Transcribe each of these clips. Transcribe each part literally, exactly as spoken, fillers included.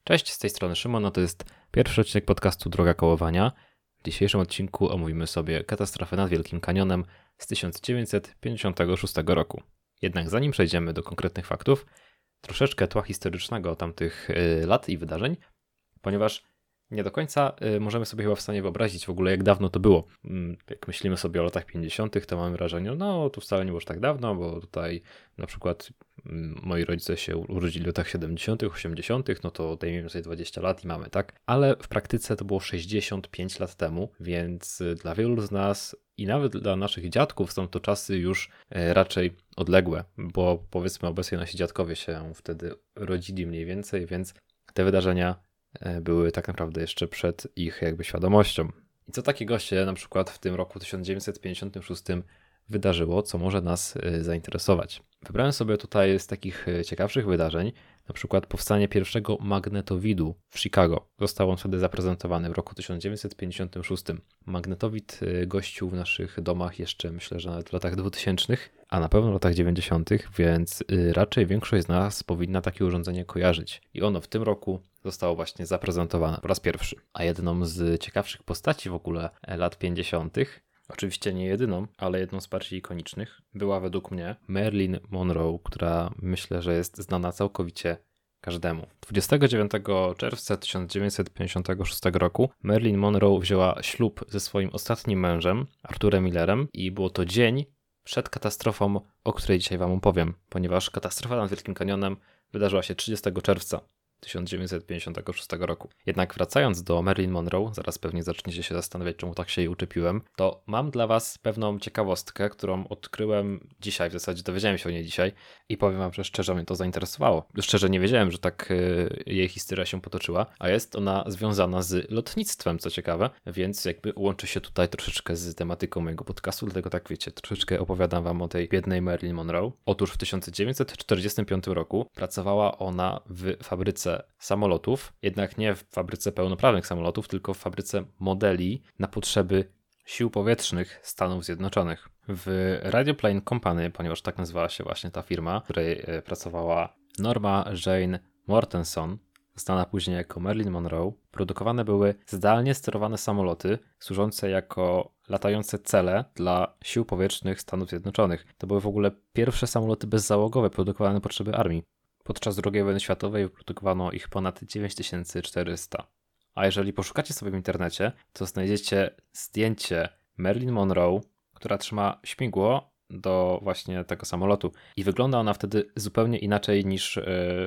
Cześć, z tej strony Szymon, no to jest pierwszy odcinek podcastu Droga Kołowania. W dzisiejszym odcinku omówimy sobie katastrofę nad Wielkim Kanionem z tysiąc dziewięćset pięćdziesiątego szóstego roku. Jednak zanim przejdziemy do konkretnych faktów, troszeczkę tła historycznego tamtych y, lat i wydarzeń, ponieważ nie do końca y, możemy sobie chyba w stanie wyobrazić w ogóle, jak dawno to było. Mm, jak myślimy sobie o latach pięćdziesiątych, to mamy wrażenie, no to wcale nie było tak dawno, bo tutaj na przykład mm, moi rodzice się urodzili w latach siedemdziesiątych, osiemdziesiątych, no to odejmiemy sobie dwadzieścia lat i mamy, tak? Ale w praktyce to było sześćdziesiąt pięć lat temu, więc y, dla wielu z nas i nawet dla naszych dziadków są to czasy już y, raczej odległe, bo powiedzmy obecnie nasi dziadkowie się wtedy rodzili mniej więcej, więc te wydarzenia były tak naprawdę jeszcze przed ich jakby świadomością. I co takiego się na przykład w tym roku tysiąc dziewięćset pięćdziesiątym szóstym wydarzyło, co może nas zainteresować? Wybrałem sobie tutaj z takich ciekawszych wydarzeń na przykład powstanie pierwszego magnetowidu w Chicago. Został on wtedy zaprezentowany w roku tysiąc dziewięćset pięćdziesiątym szóstym. Magnetowid gościł w naszych domach jeszcze myślę, że nawet w latach dwutysięcznych, a na pewno w latach dziewięćdziesiątych, więc raczej większość z nas powinna takie urządzenie kojarzyć. I ono w tym roku zostało właśnie zaprezentowane po raz pierwszy. A jedną z ciekawszych postaci w ogóle lat pięćdziesiątych, oczywiście nie jedyną, ale jedną z bardziej ikonicznych, była według mnie Marilyn Monroe, która myślę, że jest znana całkowicie każdemu. dwudziestego dziewiątego czerwca tysiąc dziewięćset pięćdziesiątego szóstego roku Marilyn Monroe wzięła ślub ze swoim ostatnim mężem, Arthurem Millerem, i było to dzień przed katastrofą, o której dzisiaj wam opowiem, ponieważ katastrofa nad Wielkim Kanionem wydarzyła się trzydziestego czerwca tysiąc dziewięćset pięćdziesiątego szóstego roku. Jednak wracając do Marilyn Monroe, zaraz pewnie zaczniecie się zastanawiać, czemu tak się jej uczepiłem, to mam dla was pewną ciekawostkę, którą odkryłem dzisiaj, w zasadzie dowiedziałem się o niej dzisiaj i powiem wam, że szczerze mnie to zainteresowało. Szczerze nie wiedziałem, że tak y, jej historia się potoczyła, a jest ona związana z lotnictwem, co ciekawe, więc jakby łączy się tutaj troszeczkę z tematyką mojego podcastu, dlatego tak wiecie, troszeczkę opowiadam wam o tej biednej Marilyn Monroe. Otóż w tysiąc dziewięćset czterdziestym piątym roku pracowała ona w fabryce samolotów, jednak nie w fabryce pełnoprawnych samolotów, tylko w fabryce modeli na potrzeby sił powietrznych Stanów Zjednoczonych. W Radioplane Company, ponieważ tak nazywała się właśnie ta firma, w której pracowała Norma Jane Mortenson, znana później jako Marilyn Monroe, produkowane były zdalnie sterowane samoloty służące jako latające cele dla sił powietrznych Stanów Zjednoczonych. To były w ogóle pierwsze samoloty bezzałogowe produkowane na potrzeby armii. Podczas drugiej wojny światowej wyprodukowano ich ponad dziewięć tysięcy czterysta. A jeżeli poszukacie sobie w internecie, to znajdziecie zdjęcie Marilyn Monroe, która trzyma śmigło do właśnie tego samolotu. I wygląda ona wtedy zupełnie inaczej niż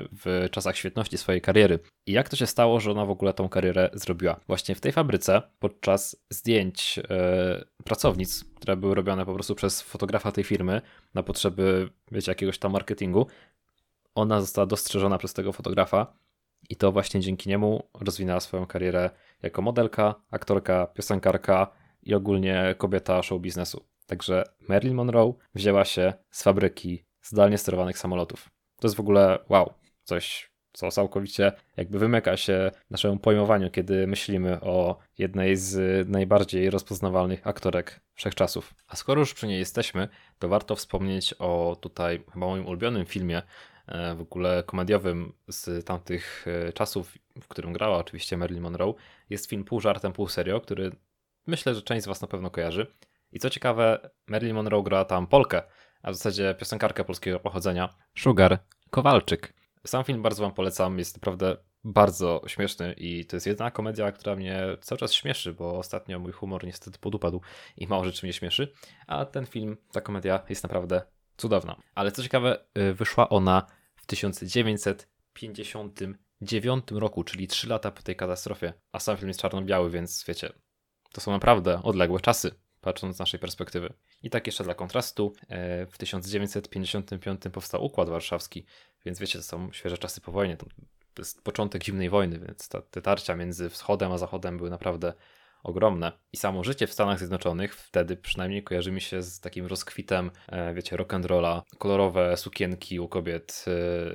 w czasach świetności swojej kariery. I jak to się stało, że ona w ogóle tą karierę zrobiła? Właśnie w tej fabryce podczas zdjęć pracownic, które były robione po prostu przez fotografa tej firmy na potrzeby, wiecie, jakiegoś tam marketingu, ona została dostrzeżona przez tego fotografa i to właśnie dzięki niemu rozwinęła swoją karierę jako modelka, aktorka, piosenkarka i ogólnie kobieta show biznesu. Także Marilyn Monroe wzięła się z fabryki zdalnie sterowanych samolotów. To jest w ogóle wow, coś, co całkowicie jakby wymyka się naszemu pojmowaniu, kiedy myślimy o jednej z najbardziej rozpoznawalnych aktorek wszechczasów. A skoro już przy niej jesteśmy, to warto wspomnieć o tutaj chyba moim ulubionym filmie, w ogóle komediowym z tamtych czasów, w którym grała oczywiście Marilyn Monroe. Jest film pół żartem, pół serio, który myślę, że część z was na pewno kojarzy. I co ciekawe, Marilyn Monroe grała tam Polkę, a w zasadzie piosenkarkę polskiego pochodzenia, Sugar Kowalczyk. Sam film bardzo wam polecam, jest naprawdę bardzo śmieszny i to jest jedyna komedia, która mnie cały czas śmieszy, bo ostatnio mój humor niestety podupadł i mało rzeczy mnie śmieszy, a ten film, ta komedia jest naprawdę cudowna. Ale co ciekawe, wyszła ona w tysiąc dziewięćset pięćdziesiątym dziewiątym roku, czyli trzy lata po tej katastrofie, a sam film jest czarno-biały, więc wiecie, to są naprawdę odległe czasy, patrząc z naszej perspektywy. I tak jeszcze dla kontrastu, w tysiąc dziewięćset pięćdziesiątym piątym powstał Układ Warszawski, więc wiecie, to są świeże czasy po wojnie, to jest początek zimnej wojny, więc ta, te tarcia między wschodem a zachodem były naprawdę ogromne. I samo życie w Stanach Zjednoczonych wtedy przynajmniej kojarzy mi się z takim rozkwitem, wiecie, rock'n'rolla, kolorowe sukienki u kobiet,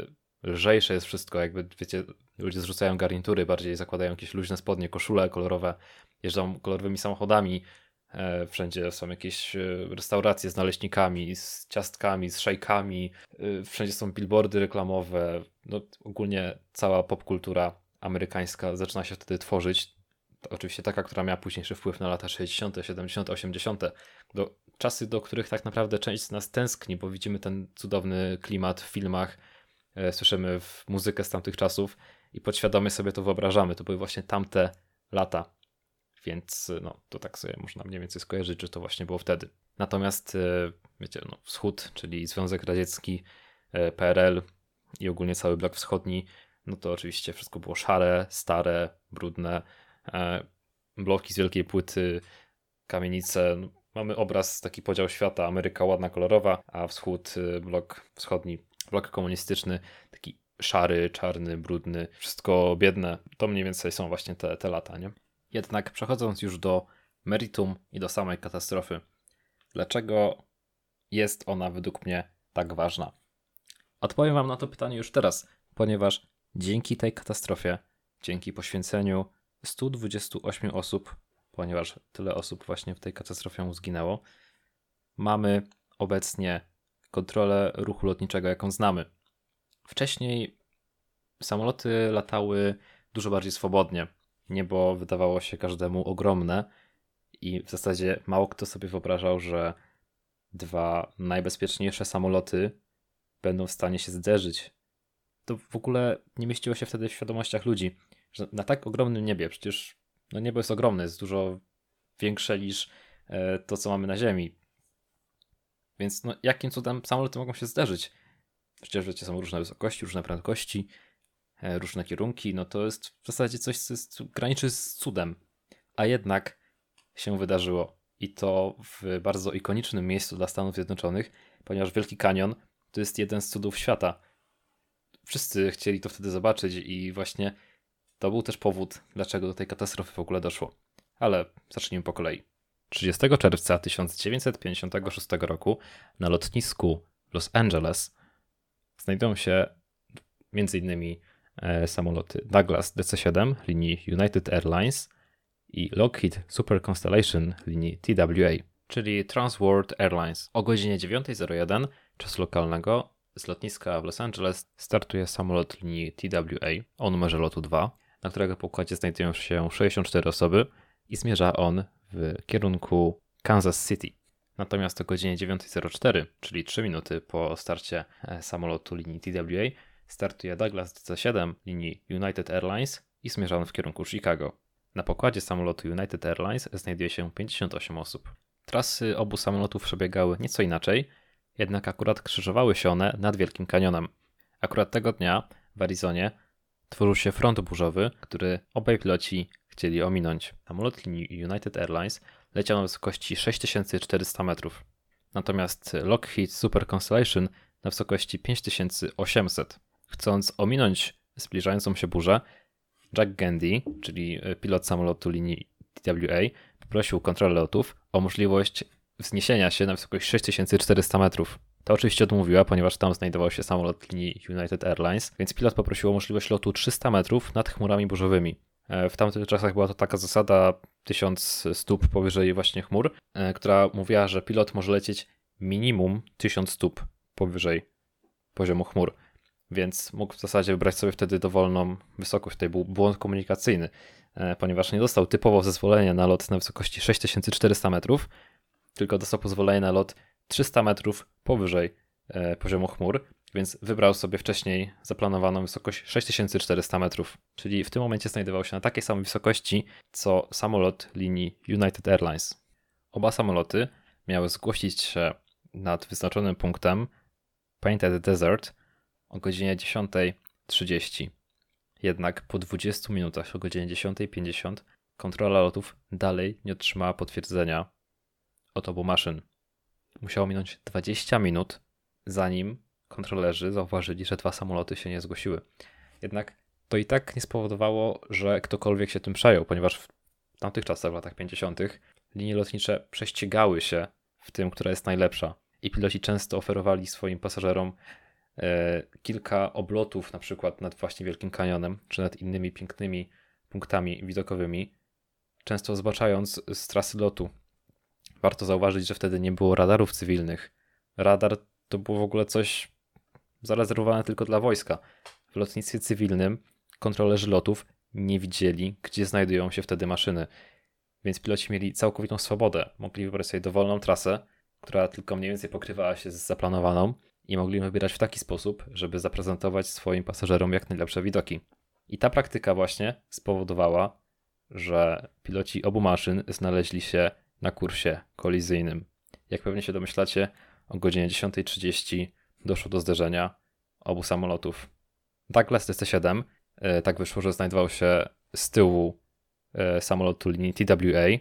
lżejsze jest wszystko, jakby wiecie, ludzie zrzucają garnitury, bardziej zakładają jakieś luźne spodnie, koszule kolorowe, jeżdżą kolorowymi samochodami, wszędzie są jakieś restauracje z naleśnikami, z ciastkami, z szejkami, wszędzie są billboardy reklamowe, no ogólnie cała popkultura amerykańska zaczyna się wtedy tworzyć. To oczywiście taka, która miała późniejszy wpływ na lata sześćdziesiąte, siedemdziesiąte, osiemdziesiąte. Do, czasy, do których tak naprawdę część z nas tęskni, bo widzimy ten cudowny klimat w filmach, e, słyszymy w muzykę z tamtych czasów i podświadomie sobie to wyobrażamy. To były właśnie tamte lata, więc no, to tak sobie można mniej więcej skojarzyć, że to właśnie było wtedy. Natomiast e, wiecie, no, Wschód, czyli Związek Radziecki, e, P R L i ogólnie cały blok wschodni, no to oczywiście wszystko było szare, stare, brudne, e, bloki z wielkiej płyty, kamienice. No, mamy obraz, taki podział świata, Ameryka ładna, kolorowa, a wschód, e, blok wschodni, blok komunistyczny, taki szary, czarny, brudny, wszystko biedne. To mniej więcej są właśnie te, te lata, nie? Jednak przechodząc już do meritum i do samej katastrofy, dlaczego jest ona według mnie tak ważna? Odpowiem wam na to pytanie już teraz, ponieważ dzięki tej katastrofie, dzięki poświęceniu stu dwudziestu ośmiu osób, ponieważ tyle osób właśnie w tej katastrofie zginęło, mamy obecnie kontrolę ruchu lotniczego, jaką znamy. Wcześniej samoloty latały dużo bardziej swobodnie. Niebo wydawało się każdemu ogromne i w zasadzie mało kto sobie wyobrażał, że dwa najbezpieczniejsze samoloty będą w stanie się zderzyć. To w ogóle nie mieściło się wtedy w świadomościach ludzi, że na tak ogromnym niebie, przecież no niebo jest ogromne, jest dużo większe niż e, to, co mamy na Ziemi. Więc no, jakim cudem samoloty mogą się zderzyć? Przecież wiecie, są różne wysokości, różne prędkości, e, różne kierunki, no to jest w zasadzie coś, co jest, graniczy z cudem. A jednak się wydarzyło. I to w bardzo ikonicznym miejscu dla Stanów Zjednoczonych, ponieważ Wielki Kanion to jest jeden z cudów świata. Wszyscy chcieli to wtedy zobaczyć i właśnie to był też powód, dlaczego do tej katastrofy w ogóle doszło. Ale zacznijmy po kolei. trzydziestego czerwca tysiąc dziewięćset pięćdziesiątego szóstego roku na lotnisku Los Angeles znajdują się m.in. samoloty Douglas D C siedem linii United Airlines i Lockheed Super Constellation linii T W A, czyli Trans World Airlines. O godzinie dziewiąta zero jeden czasu lokalnego z lotniska w Los Angeles startuje samolot linii T W A o numerze lotu dwa, na którego pokładzie znajdują się sześćdziesiąt cztery osoby i zmierza on w kierunku Kansas City. Natomiast o godzinie dziewiąta zero cztery, czyli trzy minuty po starcie samolotu linii T W A, startuje Douglas D C siedem linii United Airlines i zmierza on w kierunku Chicago. Na pokładzie samolotu United Airlines znajduje się pięćdziesiąt osiem osób. Trasy obu samolotów przebiegały nieco inaczej, jednak akurat krzyżowały się one nad Wielkim Kanionem. Akurat tego dnia w Arizonie tworzył się front burzowy, który obaj piloci chcieli ominąć. Samolot linii United Airlines leciał na wysokości sześć tysięcy czterysta metrów, natomiast Lockheed Super Constellation na wysokości pięć tysięcy osiemset. Chcąc ominąć zbliżającą się burzę, Jack Gandy, czyli pilot samolotu linii T W A, poprosił kontrolę lotów o możliwość wzniesienia się na wysokość sześć tysięcy czterysta metrów. Ta oczywiście odmówiła, ponieważ tam znajdował się samolot linii United Airlines, więc pilot poprosił o możliwość lotu trzysta metrów nad chmurami burzowymi. W tamtych czasach była to taka zasada tysiąc stóp powyżej właśnie chmur, która mówiła, że pilot może lecieć minimum tysiąc stóp powyżej poziomu chmur. Więc mógł w zasadzie wybrać sobie wtedy dowolną wysokość. Tutaj był błąd komunikacyjny, ponieważ nie dostał typowo zezwolenia na lot na wysokości sześć tysięcy czterysta metrów, tylko dostał pozwolenie na lot trzysta metrów powyżej poziomu chmur, więc wybrał sobie wcześniej zaplanowaną wysokość sześć tysięcy czterysta metrów, czyli w tym momencie znajdował się na takiej samej wysokości, co samolot linii United Airlines. Oba samoloty miały zgłosić się nad wyznaczonym punktem Painted Desert o godzinie dziesiąta trzydzieści. Jednak po dwudziestu minutach, o godzinie dziesiąta pięćdziesiąt, kontrola lotów dalej nie otrzymała potwierdzenia od obu maszyn. Musiało minąć dwadzieścia minut, zanim kontrolerzy zauważyli, że dwa samoloty się nie zgłosiły. Jednak to i tak nie spowodowało, że ktokolwiek się tym przejął, ponieważ w tamtych czasach, w latach pięćdziesiątych, linie lotnicze prześcigały się w tym, która jest najlepsza. I piloci często oferowali swoim pasażerom e, kilka oblotów, na przykład nad właśnie Wielkim Kanionem, czy nad innymi pięknymi punktami widokowymi, często zbaczając z trasy lotu. Warto zauważyć, że wtedy nie było radarów cywilnych. Radar to było w ogóle coś zarezerwowane tylko dla wojska. W lotnictwie cywilnym kontrolerzy lotów nie widzieli, gdzie znajdują się wtedy maszyny. Więc piloci mieli całkowitą swobodę. Mogli wybrać sobie dowolną trasę, która tylko mniej więcej pokrywała się z zaplanowaną i mogli wybierać w taki sposób, żeby zaprezentować swoim pasażerom jak najlepsze widoki. I ta praktyka właśnie spowodowała, że piloci obu maszyn znaleźli się na kursie kolizyjnym. Jak pewnie się domyślacie, o godzinie dziesiąta trzydzieści doszło do zderzenia obu samolotów. Douglas D C siedem, tak wyszło, że znajdował się z tyłu samolotu linii T W A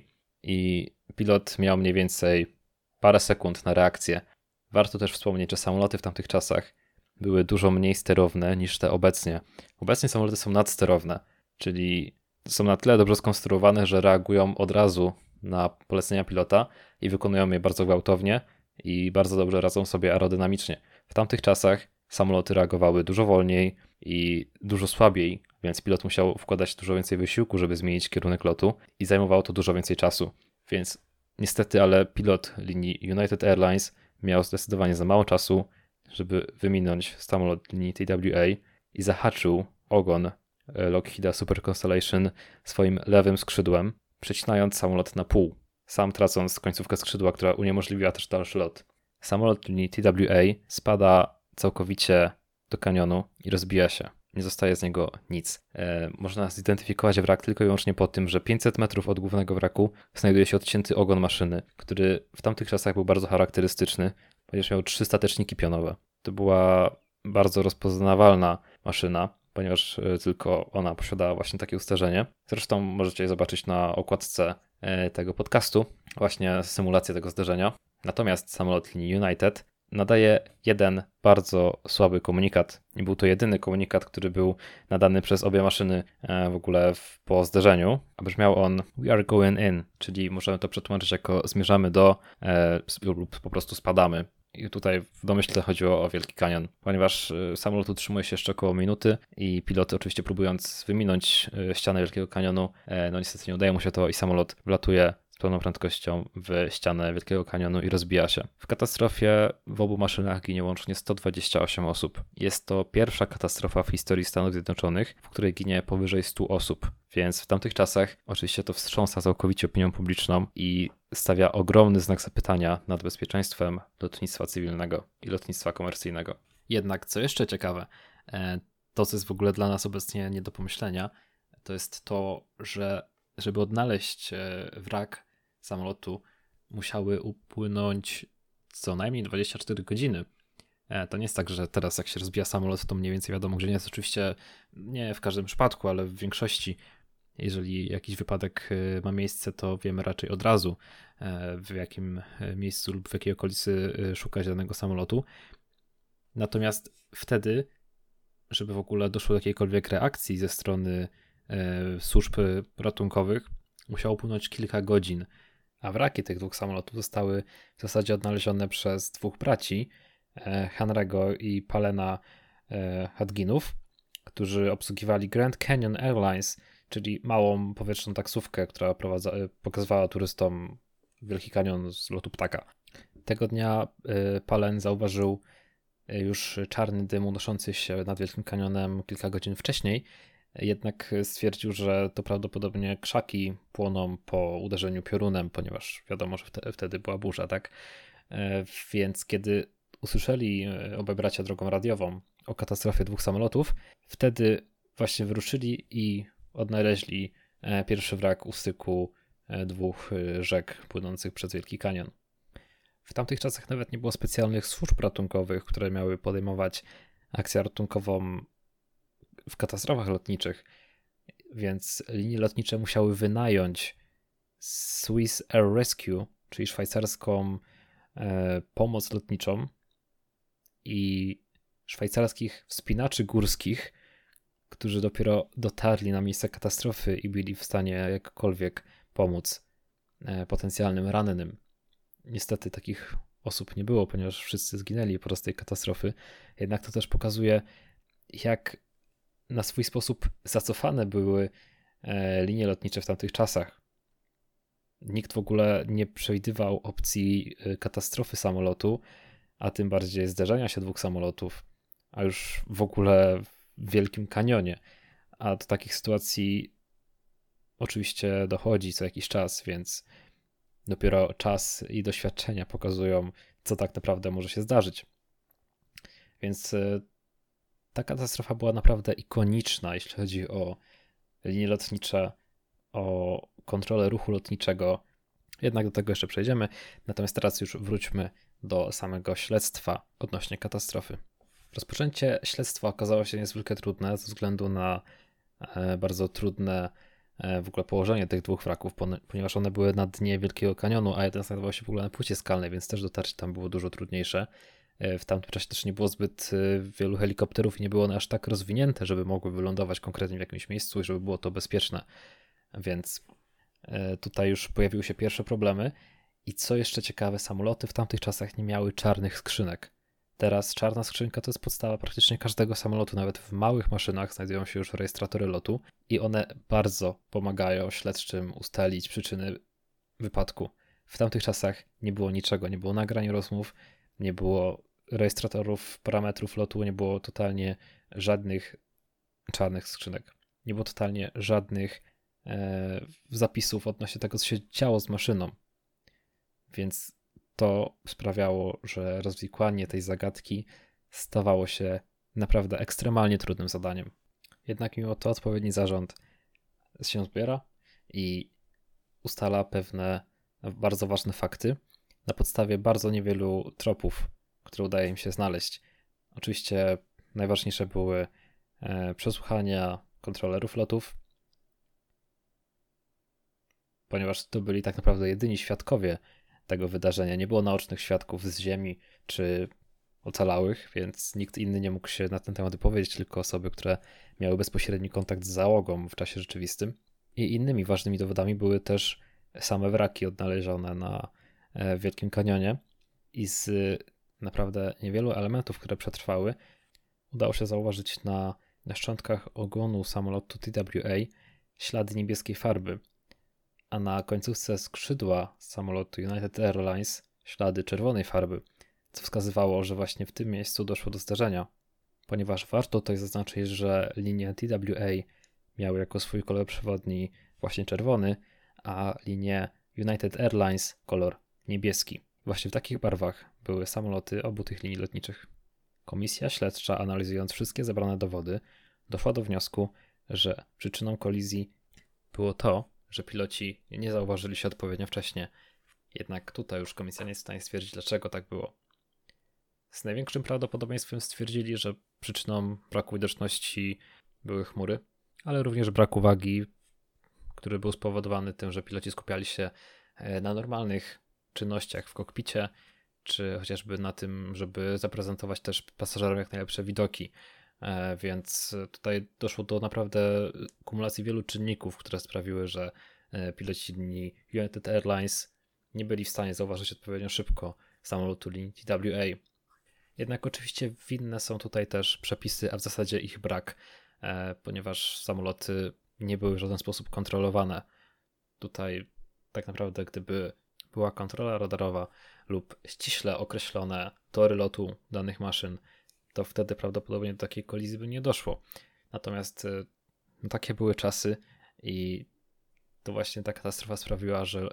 i pilot miał mniej więcej parę sekund na reakcję. Warto też wspomnieć, że samoloty w tamtych czasach były dużo mniej sterowne niż te obecnie. Obecnie samoloty są nadsterowne, czyli są na tyle dobrze skonstruowane, że reagują od razu na polecenia pilota i wykonują je bardzo gwałtownie i bardzo dobrze radzą sobie aerodynamicznie. W tamtych czasach samoloty reagowały dużo wolniej i dużo słabiej, więc pilot musiał wkładać dużo więcej wysiłku, żeby zmienić kierunek lotu i zajmowało to dużo więcej czasu. Więc niestety, ale pilot linii United Airlines miał zdecydowanie za mało czasu, żeby wyminąć samolot linii T W A i zahaczył ogon Lockheeda Super Constellation swoim lewym skrzydłem, przecinając samolot na pół, sam tracąc końcówkę skrzydła, która uniemożliwiła też dalszy lot. Samolot linii T W A spada całkowicie do kanionu i rozbija się. Nie zostaje z niego nic. E, można zidentyfikować wrak tylko i wyłącznie po tym, że pięćset metrów od głównego wraku znajduje się odcięty ogon maszyny, który w tamtych czasach był bardzo charakterystyczny, ponieważ miał trzy stateczniki pionowe. To była bardzo rozpoznawalna maszyna, ponieważ tylko ona posiadała właśnie takie ustarzenie. Zresztą możecie je zobaczyć na okładce tego podcastu, właśnie symulację tego zderzenia. Natomiast samolot linii United nadaje jeden bardzo słaby komunikat. I był to jedyny komunikat, który był nadany przez obie maszyny w ogóle po zderzeniu. A brzmiał on "We are going in", czyli możemy to przetłumaczyć jako "zmierzamy do" lub po prostu "spadamy". I tutaj w domyśle chodziło o Wielki Kanion, ponieważ samolot utrzymuje się jeszcze około minuty i pilot oczywiście próbując wyminąć ścianę Wielkiego Kanionu, no niestety nie udaje mu się to i samolot wlatuje z pełną prędkością w ścianę Wielkiego Kanionu i rozbija się. W katastrofie w obu maszynach ginie łącznie sto dwadzieścia osiem osób. Jest to pierwsza katastrofa w historii Stanów Zjednoczonych, w której ginie powyżej stu osób. Więc w tamtych czasach oczywiście to wstrząsa całkowicie opinią publiczną i stawia ogromny znak zapytania nad bezpieczeństwem lotnictwa cywilnego i lotnictwa komercyjnego. Jednak co jeszcze ciekawe, to co jest w ogóle dla nas obecnie nie do pomyślenia, to jest to, że żeby odnaleźć wrak samolotu, musiały upłynąć co najmniej dwadzieścia cztery godziny. To nie jest tak, że teraz jak się rozbija samolot, to mniej więcej wiadomo, gdzie nie jest. Oczywiście nie w każdym przypadku, ale w większości. Jeżeli jakiś wypadek ma miejsce, to wiemy raczej od razu, w jakim miejscu lub w jakiej okolicy szukać danego samolotu. Natomiast wtedy, żeby w ogóle doszło do jakiejkolwiek reakcji ze strony służb ratunkowych, musiało upłynąć kilka godzin, a wraki tych dwóch samolotów zostały w zasadzie odnalezione przez dwóch braci, Henry'ego i Palena Hadginów, którzy obsługiwali Grand Canyon Airlines, czyli małą powietrzną taksówkę, która prowadza, pokazywała turystom Wielki Kanion z lotu ptaka. Tego dnia Palen zauważył już czarny dym unoszący się nad Wielkim Kanionem kilka godzin wcześniej, jednak stwierdził, że to prawdopodobnie krzaki płoną po uderzeniu piorunem, ponieważ wiadomo, że wtedy była burza, tak? Więc kiedy usłyszeli obaj bracia drogą radiową o katastrofie dwóch samolotów, wtedy właśnie wyruszyli i odnaleźli pierwszy wrak u styku dwóch rzek płynących przez Wielki Kanion. W tamtych czasach nawet nie było specjalnych służb ratunkowych, które miały podejmować akcję ratunkową w katastrofach lotniczych, więc linie lotnicze musiały wynająć Swiss Air Rescue, czyli szwajcarską e, pomoc lotniczą i szwajcarskich wspinaczy górskich, którzy dopiero dotarli na miejsce katastrofy i byli w stanie jakkolwiek pomóc e, potencjalnym rannym. Niestety takich osób nie było, ponieważ wszyscy zginęli podczas tej katastrofy, jednak to też pokazuje, jak na swój sposób zacofane były linie lotnicze w tamtych czasach. Nikt w ogóle nie przewidywał opcji katastrofy samolotu, a tym bardziej zderzenia się dwóch samolotów, a już w ogóle w Wielkim Kanionie. a do takich sytuacji oczywiście dochodzi co jakiś czas, więc dopiero czas i doświadczenia pokazują, co tak naprawdę może się zdarzyć. Więc ta katastrofa była naprawdę ikoniczna, jeśli chodzi o linie lotnicze, o kontrolę ruchu lotniczego. Jednak do tego jeszcze przejdziemy. Natomiast teraz już wróćmy do samego śledztwa odnośnie katastrofy. Rozpoczęcie śledztwa okazało się niezwykle trudne ze względu na bardzo trudne w ogóle położenie tych dwóch wraków, ponieważ one były na dnie Wielkiego Kanionu, a jeden znajdował się w ogóle na płycie skalnej, więc też dotarcie tam było dużo trudniejsze. W tamtym czasie też nie było zbyt wielu helikopterów i nie było one aż tak rozwinięte, żeby mogły wylądować konkretnie w jakimś miejscu i żeby było to bezpieczne. Więc tutaj już pojawiły się pierwsze problemy. I co jeszcze ciekawe, samoloty w tamtych czasach nie miały czarnych skrzynek. Teraz czarna skrzynka to jest podstawa praktycznie każdego samolotu, nawet w małych maszynach znajdują się już rejestratory lotu i one bardzo pomagają śledczym ustalić przyczyny wypadku. W tamtych czasach nie było niczego, nie było nagrań rozmów, nie było rejestratorów parametrów lotu, nie było totalnie żadnych czarnych skrzynek. Nie było totalnie żadnych e, zapisów odnośnie tego, co się działo z maszyną. Więc to sprawiało, że rozwikłanie tej zagadki stawało się naprawdę ekstremalnie trudnym zadaniem. Jednak mimo to odpowiedni zarząd się zbiera i ustala pewne bardzo ważne fakty na podstawie bardzo niewielu tropów, które udaje im się znaleźć. Oczywiście najważniejsze były e, przesłuchania kontrolerów lotów, ponieważ to byli tak naprawdę jedyni świadkowie tego wydarzenia. Nie było naocznych świadków z ziemi czy ocalałych, więc nikt inny nie mógł się na ten temat wypowiedzieć, tylko osoby, które miały bezpośredni kontakt z załogą w czasie rzeczywistym. I innymi ważnymi dowodami były też same wraki odnalezione na Wielkim Kanionie i z naprawdę niewielu elementów, które przetrwały, udało się zauważyć na, na szczątkach ogonu samolotu T W A ślady niebieskiej farby, a na końcówce skrzydła samolotu United Airlines ślady czerwonej farby, co wskazywało, że właśnie w tym miejscu doszło do zdarzenia. Ponieważ warto tutaj zaznaczyć, że linie T W A miały jako swój kolor przewodni właśnie czerwony, a linie United Airlines kolor niebieski. Właśnie w takich barwach były samoloty obu tych linii lotniczych. Komisja śledcza, analizując wszystkie zebrane dowody, doszła do wniosku, że przyczyną kolizji było to, że piloci nie zauważyli się odpowiednio wcześnie. Jednak tutaj już komisja nie jest w stanie stwierdzić, dlaczego tak było. Z największym prawdopodobieństwem stwierdzili, że przyczyną braku widoczności były chmury, ale również brak uwagi, który był spowodowany tym, że piloci skupiali się na normalnych czynnościach w kokpicie, czy chociażby na tym, żeby zaprezentować też pasażerom jak najlepsze widoki. Więc tutaj doszło do naprawdę kumulacji wielu czynników, które sprawiły, że piloci linii United Airlines nie byli w stanie zauważyć odpowiednio szybko samolotu linii T W A. Jednak oczywiście winne są tutaj też przepisy, a w zasadzie ich brak, ponieważ samoloty nie były w żaden sposób kontrolowane. Tutaj tak naprawdę gdyby była kontrola radarowa lub ściśle określone tory lotu danych maszyn, to wtedy prawdopodobnie do takiej kolizji by nie doszło. Natomiast no, takie były czasy i to właśnie ta katastrofa sprawiła, że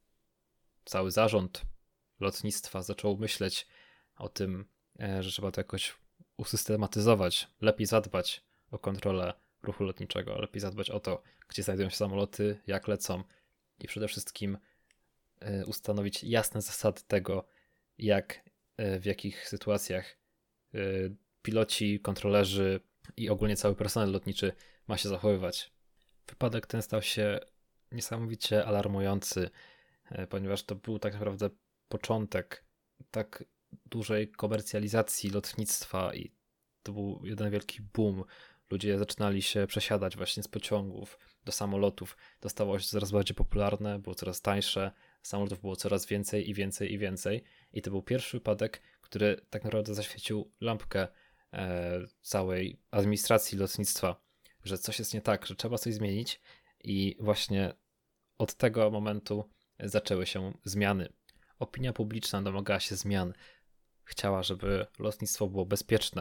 cały zarząd lotnictwa zaczął myśleć o tym, że trzeba to jakoś usystematyzować, lepiej zadbać o kontrolę ruchu lotniczego, lepiej zadbać o to, gdzie znajdują się samoloty, jak lecą i przede wszystkim ustanowić jasne zasady tego, jak, w jakich sytuacjach piloci, kontrolerzy i ogólnie cały personel lotniczy ma się zachowywać. Wypadek ten stał się niesamowicie alarmujący, ponieważ to był tak naprawdę początek tak dużej komercjalizacji lotnictwa i to był jeden wielki boom. Ludzie zaczynali się przesiadać właśnie z pociągów do samolotów. To stało się coraz bardziej popularne, było coraz tańsze, samolotów było coraz więcej i więcej i więcej. I to był pierwszy wypadek, który tak naprawdę zaświecił lampkę e, całej administracji lotnictwa, że coś jest nie tak, że trzeba coś zmienić i właśnie od tego momentu zaczęły się zmiany. Opinia publiczna domagała się zmian. Chciała, żeby lotnictwo było bezpieczne,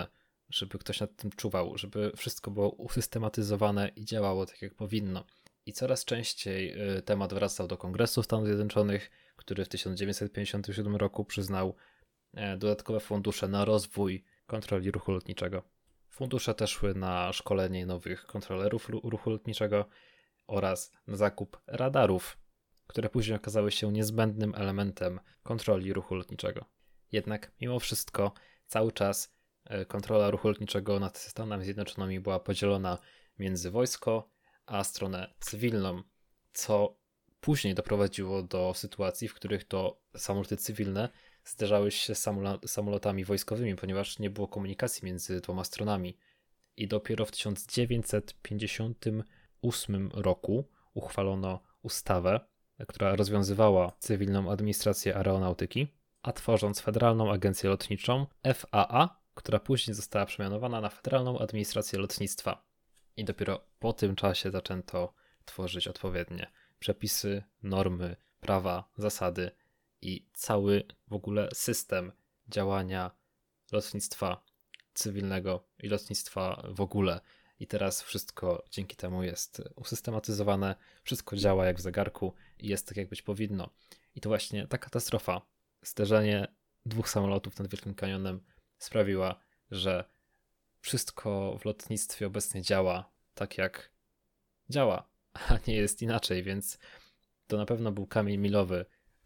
żeby ktoś nad tym czuwał, żeby wszystko było usystematyzowane i działało tak, jak powinno. I coraz częściej temat wracał do Kongresu Stanów Zjednoczonych, który w tysiąc dziewięćset pięćdziesiątym siódmym roku przyznał dodatkowe fundusze na rozwój kontroli ruchu lotniczego. Fundusze też szły na szkolenie nowych kontrolerów ruchu lotniczego oraz na zakup radarów, które później okazały się niezbędnym elementem kontroli ruchu lotniczego. Jednak mimo wszystko cały czas kontrola ruchu lotniczego nad Stanami Zjednoczonymi była podzielona między wojsko a stronę cywilną, co później doprowadziło do sytuacji, w których to samoloty cywilne zderzały się z samolotami wojskowymi, ponieważ nie było komunikacji między dwoma stronami. I dopiero w tysiąc dziewięćset pięćdziesiątym ósmym roku uchwalono ustawę, która rozwiązywała cywilną administrację aeronautyki, a tworząc Federalną Agencję Lotniczą F A A, która później została przemianowana na Federalną Administrację Lotnictwa. I dopiero po tym czasie zaczęto tworzyć odpowiednie przepisy, normy, prawa, zasady i cały w ogóle system działania lotnictwa cywilnego i lotnictwa w ogóle. I teraz wszystko dzięki temu jest usystematyzowane, wszystko działa jak w zegarku i jest tak, jak być powinno. I to właśnie ta katastrofa, zderzenie dwóch samolotów nad Wielkim Kanionem sprawiła, że wszystko w lotnictwie obecnie działa tak, jak działa, a nie jest inaczej, więc to na pewno był kamień milowy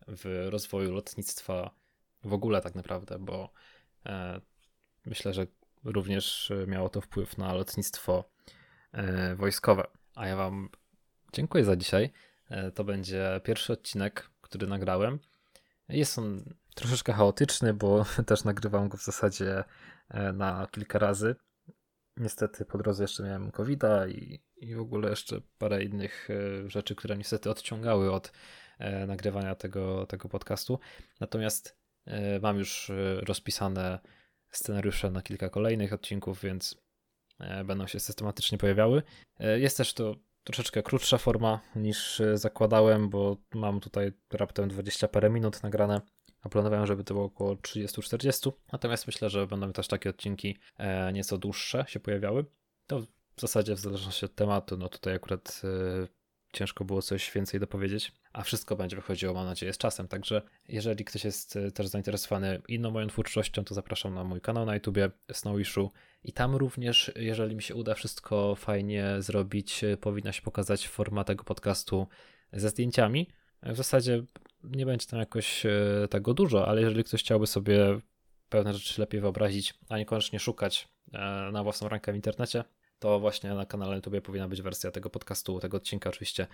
w rozwoju lotnictwa w ogóle tak naprawdę, bo e, myślę, że również miało to wpływ na lotnictwo e, wojskowe. A ja wam dziękuję za dzisiaj. E, to będzie pierwszy odcinek, który nagrałem. Jest on troszeczkę chaotyczny, bo też nagrywam go w zasadzie e, na kilka razy. Niestety po drodze jeszcze miałem kowida i, i w ogóle jeszcze parę innych e, rzeczy, które niestety odciągały od e, nagrywania tego, tego podcastu. Natomiast e, mam już e, rozpisane scenariusze na kilka kolejnych odcinków, więc e, będą się systematycznie pojawiały. E, jest też to troszeczkę krótsza forma niż e, zakładałem, bo mam tutaj raptem dwadzieścia parę minut nagrane, a planowałem, żeby to było około trzydzieści czterdzieści. Natomiast myślę, że będą też takie odcinki e, nieco dłuższe się pojawiały. To w zasadzie w zależności od tematu, no tutaj akurat e, ciężko było coś więcej dopowiedzieć, a wszystko będzie wychodziło, mam nadzieję, z czasem. Także jeżeli ktoś jest też zainteresowany inną moją twórczością, to zapraszam na mój kanał na YouTubie Snow Issue i tam również, jeżeli mi się uda wszystko fajnie zrobić, powinna się pokazać forma tego podcastu ze zdjęciami. W zasadzie nie będzie tam jakoś tego dużo, ale jeżeli ktoś chciałby sobie pewne rzeczy lepiej wyobrazić, a niekoniecznie szukać na własną rękę w internecie, to właśnie na kanale YouTube powinna być wersja tego podcastu, tego odcinka oczywiście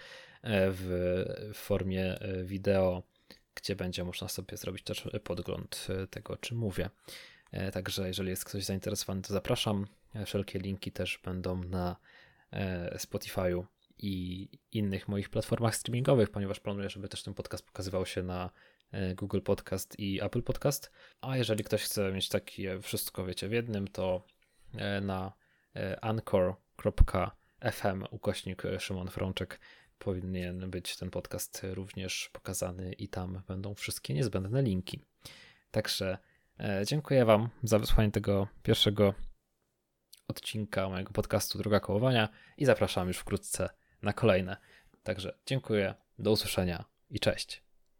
w formie wideo, gdzie będzie można sobie zrobić też podgląd tego, o czym mówię. Także jeżeli jest ktoś zainteresowany, to zapraszam. Wszelkie linki też będą na Spotify'u i innych moich platformach streamingowych, ponieważ planuję, żeby też ten podcast pokazywał się na Google Podcast i Apple Podcast. A jeżeli ktoś chce mieć takie wszystko, wiecie, w jednym, to na anchor kropka f m ukośnik Szymon Frączek powinien być ten podcast również pokazany i tam będą wszystkie niezbędne linki. Także dziękuję wam za wysłuchanie tego pierwszego odcinka mojego podcastu Droga Kołowania i zapraszam już wkrótce na kolejne. Także dziękuję, do usłyszenia i cześć.